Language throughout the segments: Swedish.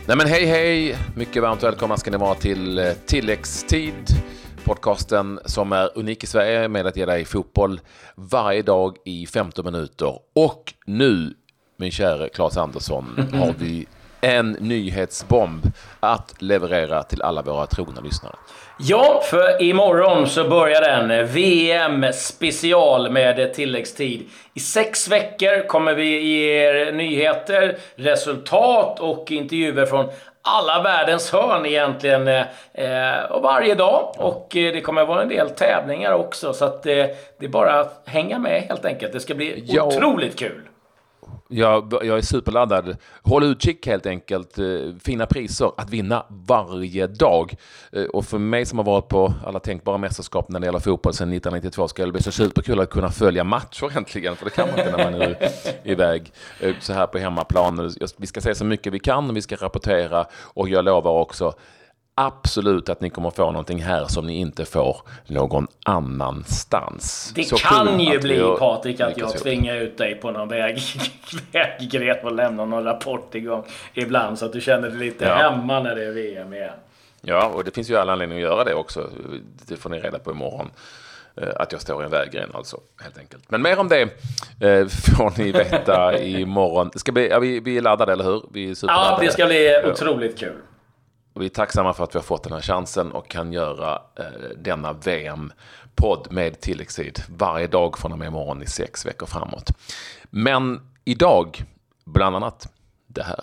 Nej men hej, mycket varmt välkomna ska ni vara till tilläggstid, podcasten som är unik i Sverige med att ge dig fotboll varje dag i 15 minuter. Och nu, min kära Claes Andersson, har vi en nyhetsbomb att leverera till alla våra trogna lyssnare. Ja, för imorgon så börjar den VM-special med tilläggstid. I 6 veckor kommer vi ge er nyheter, resultat och intervjuer från alla världens hörn egentligen och varje dag. Och det kommer vara en del tävlingar också, så att det är bara att hänga med helt enkelt. Det ska bli otroligt kul. Jag är superladdad. Håll utkik helt enkelt. Fina priser att vinna varje dag. Och för mig som har varit på alla tänkbara mästerskap när det gäller fotboll sedan 1992 ska det bli så superkul att kunna följa matcher äntligen. För det kan man inte när man är iväg så här på hemmaplan. Vi ska se så mycket vi kan och vi ska rapportera. Och jag lovar också absolut att ni kommer få någonting här som ni inte får någon annanstans. Det så kan ju bli, Patrik, att jag tvingar ut dig på någon väggret och lämna någon rapport igång ibland så att du känner dig lite hemma när det är VM igen. Ja, och det finns ju alla anledningar att göra det också. Det får ni reda på imorgon. Att jag står i en väggren alltså, helt enkelt. Men mer om det får ni veta imorgon. Det ska bli, vi är laddade, eller hur? Vi är superladdade. Ja, det ska bli otroligt kul. Och vi är tacksamma för att vi har fått den här chansen och kan göra denna VM-podd med tilläggstid varje dag från och med imorgon i 6 veckor framåt. Men idag, bland annat det här.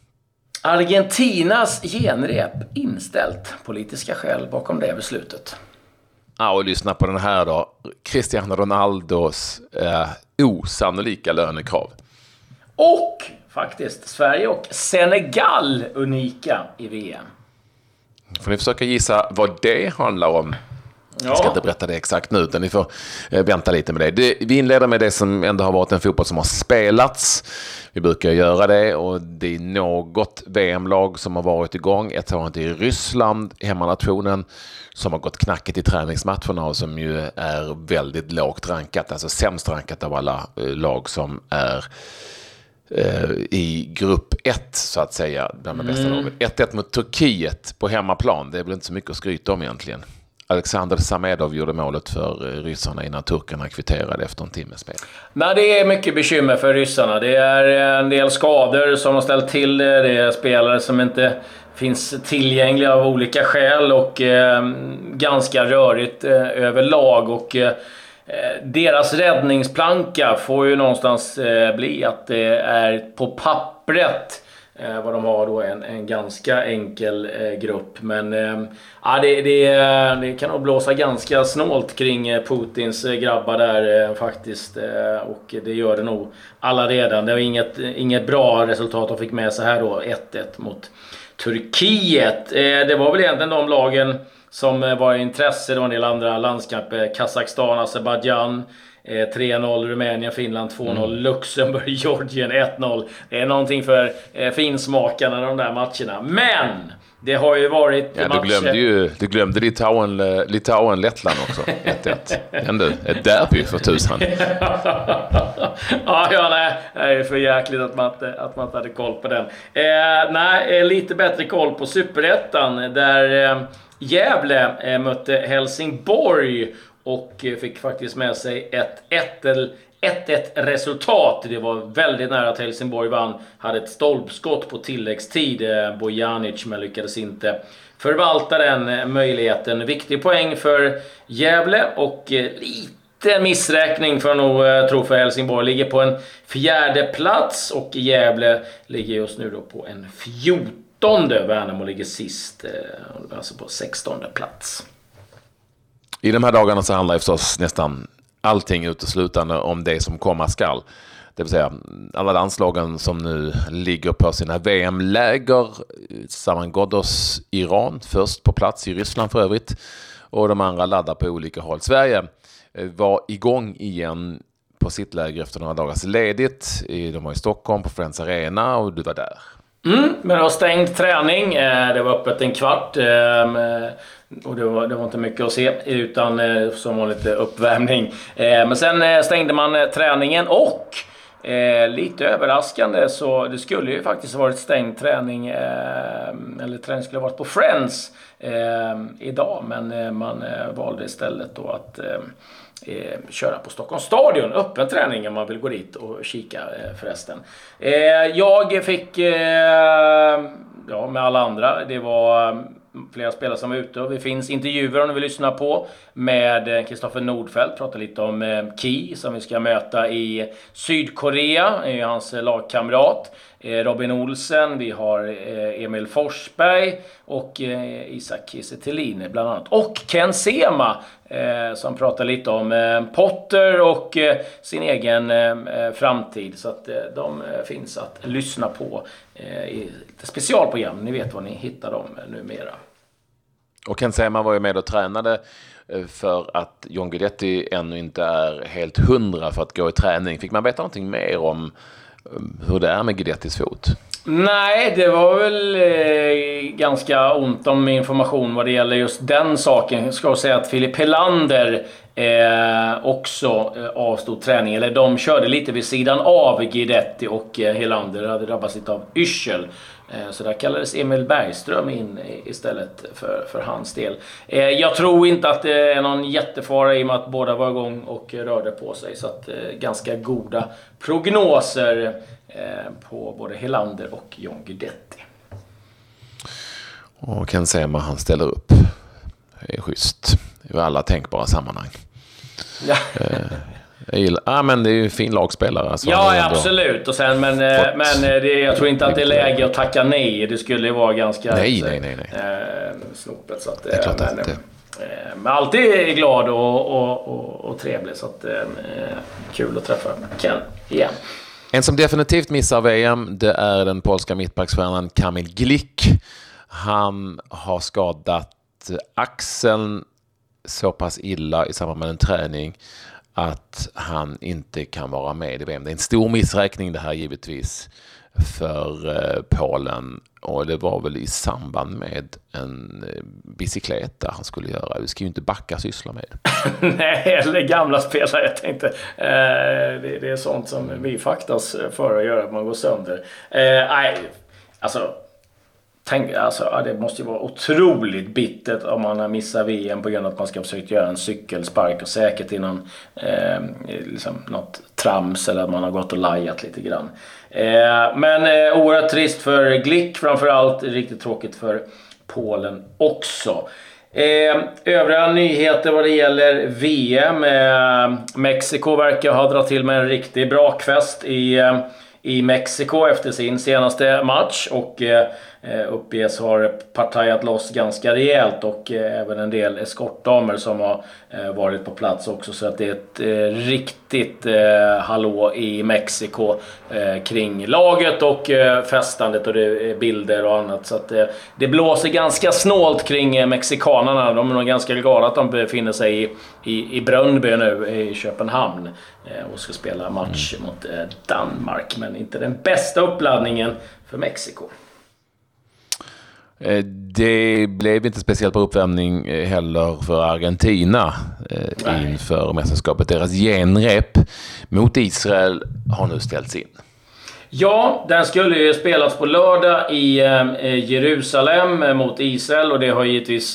Argentinas genrep inställt. Politiska skäl bakom det beslutet. Ja, och lyssna på den här då. Cristiano Ronaldos osannolika lönekrav. Och faktiskt Sverige och Senegal unika i VM. Får ni försöka gissa vad det handlar om? Jag ska inte berätta det exakt nu, utan ni får vänta lite med det. Vi inleder med det som ändå har varit en fotboll som har spelats. Vi brukar göra det och det är något VM-lag som har varit igång. Ett har inte i Ryssland, hemmanationen, som har gått knackigt i träningsmatcherna och som ju är väldigt lågt rankat. Alltså sämst rankat av alla lag som är i grupp 1 så att säga, bland de bästa lagen. 1-1 mot Turkiet på hemmaplan. Det är väl inte så mycket att skryta om egentligen. Alexander Samedov gjorde målet för ryssarna innan turkarna kvitterade efter en timmes spel. Nej, det är mycket bekymmer för ryssarna. Det är en del skador som har ställt till det. Det är spelare som inte finns tillgängliga av olika skäl och ganska rörigt överlag. Och deras räddningsplanka får ju någonstans bli att det är på pappret vad de har då en ganska enkel grupp. Men det kan nog blåsa ganska snålt kring Putins grabbar där faktiskt. Och det gör det nog alla redan. Det var inget bra resultat de fick med sig här då. 1-1 mot Turkiet. Det var väl egentligen de lagen som var i intresse. Det var en del andra landskamper. Kazakstan, Azerbaijan 3-0, Rumänien, Finland 2-0, Luxemburg, Georgien 1-0. Det är någonting för finsmakarna de där matcherna. Men det har ju varit matcher. Du glömde Litauen, Lettland också. 1-1. Ändå ett derby för tusan. Nej, det är för jäkligt att man inte hade koll på den. Lite bättre koll på Superettan där Gävle mötte Helsingborg och fick faktiskt med sig ett 1-1 resultat. Det var väldigt nära att Helsingborg vann. Hade ett stolpskott på tilläggstid, Bojanic, men lyckades inte förvalta den möjligheten. Viktig poäng för Gävle och lite missräkning för nog tro för Helsingborg. Ligger på en 4:e plats och Gävle ligger just nu då på en 14:e. Värnamo ligger sist, alltså på 16:e plats. I de här dagarna så handlar det förstås nästan allting uteslutande om det som komma skall. Det vill säga alla landslagen som nu ligger på sina VM-läger. Saman Ghoddos Iran först på plats, i Ryssland för övrigt. Och de andra laddar på olika håll. Sverige var igång igen på sitt läger efter några dagars ledigt. De var i Stockholm på Friends Arena och du var där. Men det var stängd träning. Det var öppet en kvart. Och det var inte mycket att se utan som var lite uppvärmning. Men sen stängde man träningen och Lite överraskande, så det skulle ju faktiskt varit stängd träning, eller träning skulle ha varit på Friends idag, men man valde istället då att köra på Stockholms stadion, öppen träning om man vill gå dit och kika förresten. Jag fick med alla andra, det var flera spelare som var ute, och det finns intervjuer om ni vill lyssna på med Kristoffer Nordfeldt, pratar lite om Ki som vi ska möta i Sydkorea, är hans lagkamrat. Robin Olsen, vi har Emil Forsberg och Isak Kiese Thelin bland annat. Och Ken Sema som pratar lite om Potter och sin egen framtid. Så att de finns att lyssna på i specialprogram. Ni vet var ni hittar dem numera. Och Ken Sema var ju med och tränade för att John Guidetti ännu inte är helt 100 för att gå i träning. Fick man veta någonting mer om hur det är med Guidettis fot? Nej, det var väl ganska ont om information vad det gäller just den saken. Jag ska säga att Filip Helander också avstod träning. Eller de körde lite vid sidan av Guidetti, och Helander hade drabbats lite av yrsel. Så där kallades Emil Bergström in istället för hans del. Jag tror inte att det är någon jättefara i och med att båda var igång och rörde på sig. Så att ganska goda prognoser på både Helander och John Guidetti. Och Ken Sema, han ställer upp. Det är schysst. I alla tänkbara sammanhang. Ja. Men det är ju en fin lagspelare. Alltså, ja, absolut. Och sen, men jag tror inte att det är läge att tacka nej. Det skulle ju vara ganska nej. snopet. Så att, det är klart att men alltid är glad och trevlig. Så att, kul att träffa Ken igen. En som definitivt missar VM, det är den polska mittbacksstjärnan Kamil Glik. Han har skadat axeln så pass illa i samband med en träning att han inte kan vara med i VM. Det är en stor missräkning det här givetvis för Polen, och det var väl i samband med en bicykleta han skulle göra. Vi ska ju inte backa syssla med. Nej, eller gamla spelare. Jag tänkte det är sånt som vi faktas för att göra, att man går sönder. Nej, alltså det måste ju vara otroligt bittert om man har missat VM på grund av att man ska försöka göra en cykelspark, och säkert innan något trams eller att man har gått och lajat lite grann. Men oerhört trist för Glick framförallt, riktigt tråkigt för Polen också. Övriga nyheter vad det gäller VM. Mexiko verkar ha dragit till med en riktig brakfest i Mexiko efter sin senaste match, och uppges har partajat loss ganska rejält, och även en del eskortdamer som har varit på plats också, så att det är ett riktigt hallå i Mexiko kring laget och festandet, och det är bilder och annat, så att det blåser ganska snålt kring mexikanerna. De är nog ganska glada att de befinner sig i Brøndby nu i Köpenhamn och ska spela match mot Danmark, men inte den bästa uppladdningen för Mexiko. Det blev inte speciellt på uppvärmning heller för Argentina inför mästerskapet. Deras genrep mot Israel har nu ställts in. Ja, den skulle ju spelas på lördag i Jerusalem mot Israel, och det har givetvis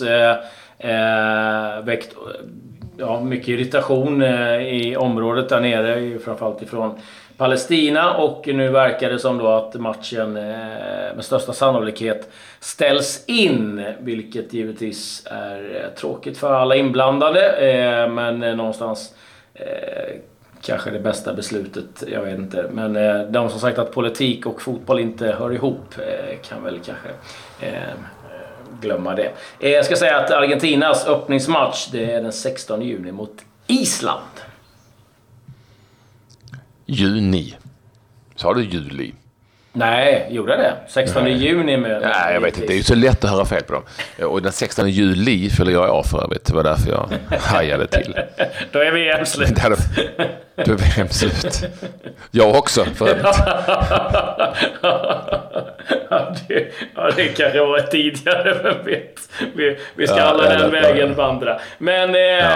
väckt mycket irritation i området där nere, framförallt ifrån Palestina, och nu verkar det som då att matchen med största sannolikhet ställs in, vilket givetvis är tråkigt för alla inblandade, men någonstans kanske det bästa beslutet, jag vet inte, men de som sagt att politik och fotboll inte hör ihop kan väl kanske glömma det. Jag ska säga att Argentinas öppningsmatch, det är den 16 juni mot Island. Juni. Sa du juli? Nej, gjorde det. 16 juni med... Nej, jag vet inte. Det är ju så lätt att höra fel på dem. Och den 16 juli fyller jag av för övrigt. Det var därför jag hajade till. Då är vi slut. Då är vi slut. Jag också för övrigt. Det kanske var tidigare, vem vet. Vi ska alla den vägen vandra. Men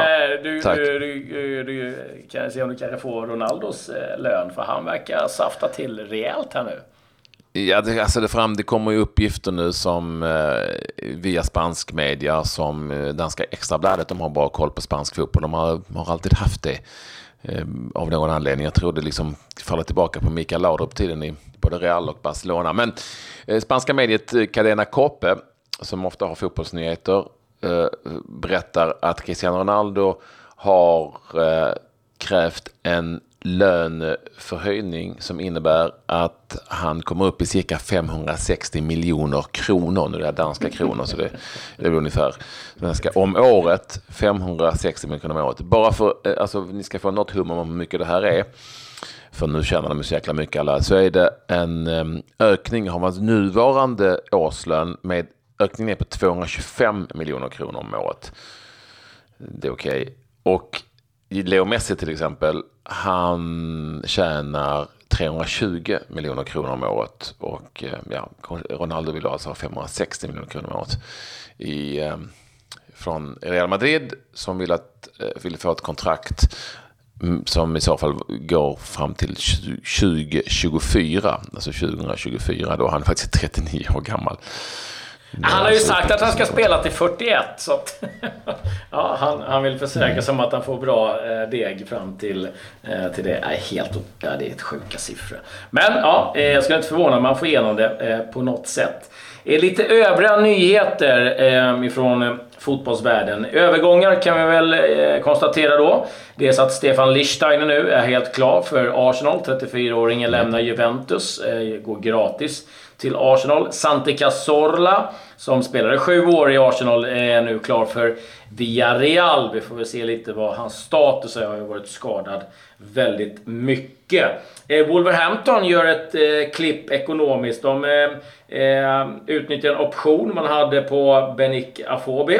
du kan se om du kanske får Ronaldos lön, för han verkar safta till rejält här nu. Ja, det kommer ju uppgifter nu som via spansk media, som danska Extrabladet, de har bra koll på spansk fotboll. De har alltid haft det av någon anledning. Jag tror det liksom faller tillbaka på Mikael Laudrup-tiden i både Real och Barcelona. Men spanska mediet Cadena Cope, som ofta har fotbollsnyheter, berättar att Cristiano Ronaldo har krävt en löneförhöjning som innebär att han kommer upp i cirka 560 miljoner kronor. Nu är det danska kronor, så det är ungefär om året, 560 miljoner kronor om året. Bara för, ni ska få något hum om hur mycket det här är, för nu tjänar de så jäkla mycket alla, så är det en ökning av hans nuvarande årslön med ökningen är på 225 miljoner kronor om året. Det är okej. Och Leo Messi till exempel, han tjänar 320 miljoner kronor om året, och Ronaldo vill alltså ha 560 miljoner kronor om året från Real Madrid, som vill få ett kontrakt som i så fall går fram till 2024, alltså 2024, då han är faktiskt 39 år gammal. Han har ju sagt att han ska spela till 41, så att, han vill försäkra sig om att han får bra deg fram till det. Det är ett sjuka siffror. Men jag ska inte förvåna om man får igenom det på något sätt. Lite övriga nyheter ifrån fotbollsvärlden. Övergångar kan vi väl konstatera då. Det är så att Stefan Lichtsteiner nu är helt klar för Arsenal. 34-åringen lämnar Juventus, går gratis till Arsenal. Santi Cazorla, som spelade 7 år i Arsenal, är nu klar för Villarreal. Vi får väl se lite vad hans status är. Han har ju varit skadad väldigt mycket. Wolverhampton gör ett klipp ekonomiskt. De utnyttjar en option man hade på Benik Afobe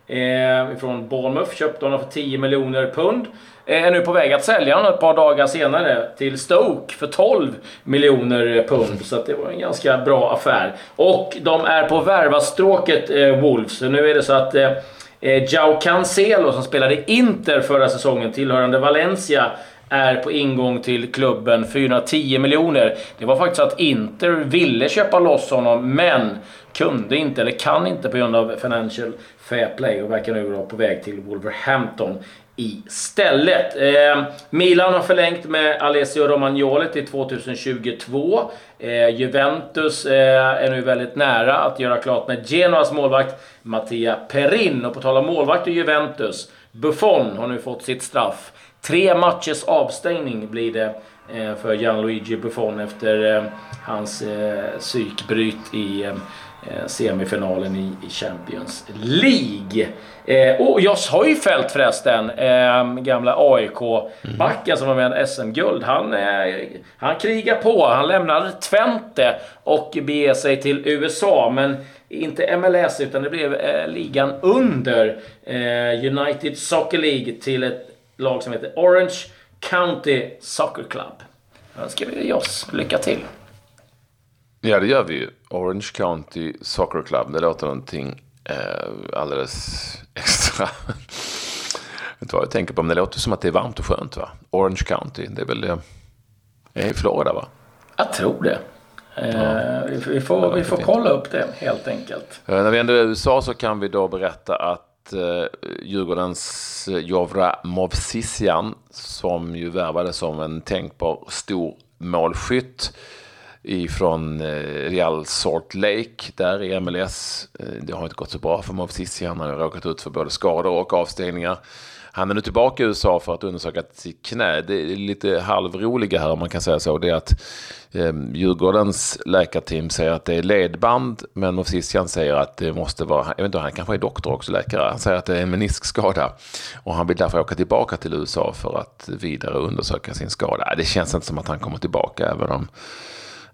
från Bournemouth. Köpte honom för 10 miljoner pund. Är nu på väg att sälja honom ett par dagar senare till Stoke för 12 miljoner pund. Så att det var en ganska bra affär. Och de är på värvastråket, Wolves. Så nu är det så att João Cancelo, som spelade Inter förra säsongen, tillhörande Valencia, är på ingång till klubben, 410 miljoner. Det var faktiskt så att Inter ville köpa loss honom, men kunde inte, eller kan inte, på grund av financial fair play, och verkar nu vara på väg till Wolverhampton istället. Milan har förlängt med Alessio Romagnoli till 2022. Juventus är nu väldigt nära att göra klart med Genoas målvakt Mattia Perin. Och på tal om målvakt i Juventus, Buffon har nu fått sitt straff. 3 matchers avstängning blir det för Gianluigi Buffon efter hans psykbryt i semifinalen i Champions League. Och jag har ju Fält förresten, gamla AIK-backen som var med SM-guld. Han krigar på. Han lämnade Twente och beger sig till USA, men inte MLS, utan det blev ligan under United Soccer League till ett lag som heter Orange County Soccer Club. Då ska vi ge oss lycka till. Ja, det gör vi ju. Orange County Soccer Club. Det låter någonting alldeles extra. Vet du vad jag tänker på? Men det låter som att det är varmt och skönt, va? Orange County, det är väl i Florida, va? Jag tror det. Vi får kolla upp det, helt enkelt. När vi ändå är i USA så kan vi då berätta att Djurgårdens Jovra Movsisyan, som ju värvades som en tänkbar stor målskytt ifrån Real Salt Lake där i MLS. Det har inte gått så bra för Movsisyan. Han har råkat ut för både skador och avstängningar. Han är nu tillbaka i USA för att undersöka sitt knä. Det är lite halvroliga här, om man kan säga så. Det är att Djurgårdens läkarteam säger att det är ledband, men Movsisyan säger att det måste vara, jag vet inte, han kanske är doktor också, läkare. Han säger att det är en meniskskada och han vill därför åka tillbaka till USA för att vidare undersöka sin skada. Det känns inte som att han kommer tillbaka,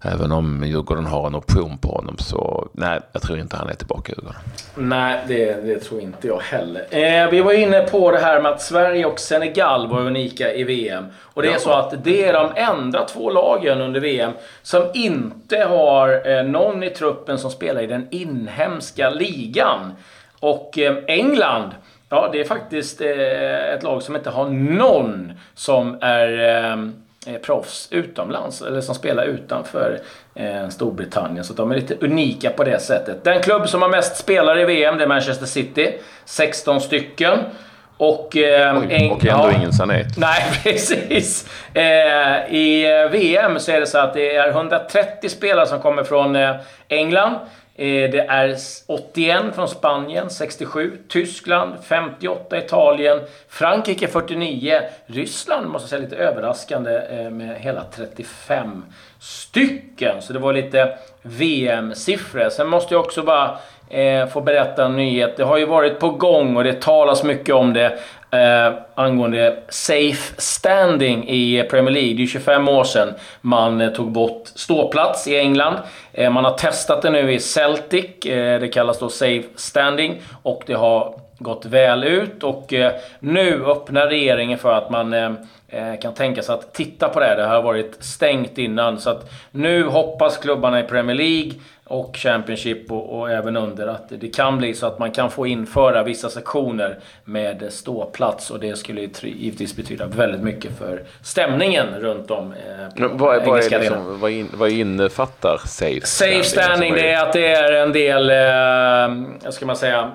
Även om Djurgården har en option på honom så nej, jag tror inte han är tillbaka i Djurgården. Nej, det tror inte jag heller. Vi var inne på det här med att Sverige och Senegal var unika i VM. Och det är så att det är de enda 2 lagen under VM som inte har någon i truppen som spelar i den inhemska ligan. Och England, ja, det är faktiskt ett lag som inte har någon som är proffs utomlands eller som spelar utanför Storbritannien, så de är lite unika på det sättet. Den klubb som har mest spelare i VM, det är Manchester City, 16 stycken. Och ändå ingen Sané. Nej, precis. I VM så är det så att det är 130 spelare som kommer från England. Det är 81 från Spanien, 67 Tyskland, 58 Italien, Frankrike 49, Ryssland måste jag säga lite överraskande med hela 35 stycken. Så det var lite VM-siffror. Sen måste jag också bara få berätta en nyhet. Det har ju varit på gång och det talas mycket om det angående safe standing i Premier League. Det är 25 år sedan man tog bort ståplats i England. Man har testat det nu i Celtic. Det kallas då safe standing och det har gått väl ut. Och nu öppnar regeringen för att man kan tänka sig att titta på det. Det har varit stängt innan. Så att nu hoppas klubbarna i Premier League och Championship och även under att det kan bli så att man kan få införa vissa sektioner med ståplats, och det skulle givetvis betyda väldigt mycket för stämningen runt om vad innefattar safe standing? Det är att det är en del ska man säga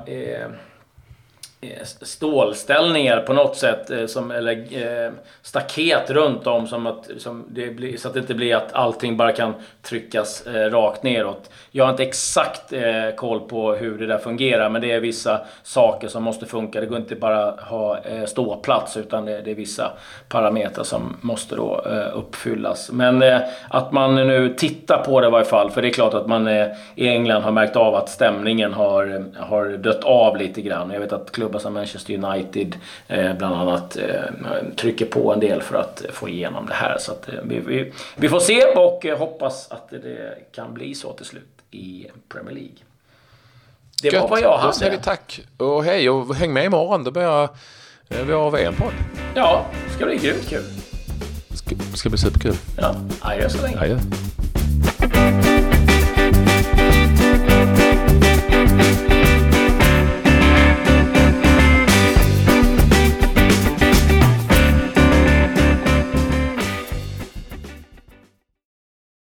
stålställningar på något sätt eller staket runt om så att det inte blir att allting bara kan tryckas rakt neråt. Jag har inte exakt koll på hur det där fungerar, men det är vissa saker som måste funka. Det går inte bara ha ståplats, utan det är vissa parametrar som måste då uppfyllas. Men att man nu tittar på det i varje fall, för det är klart att man i England har märkt av att stämningen har dött av lite grann. Jag vet att klubbar som Manchester United bland annat trycker på en del för att få igenom det här. Så att vi får se och hoppas att det kan bli så till slut i Premier League. Det var vad jag hade. Då säger vi tack och hej, och häng med imorgon. Då börjar vi ha VM-podd. Ja, ska bli grymt kul. Ska bli superkul. Ja, adjö så länge. Adjö.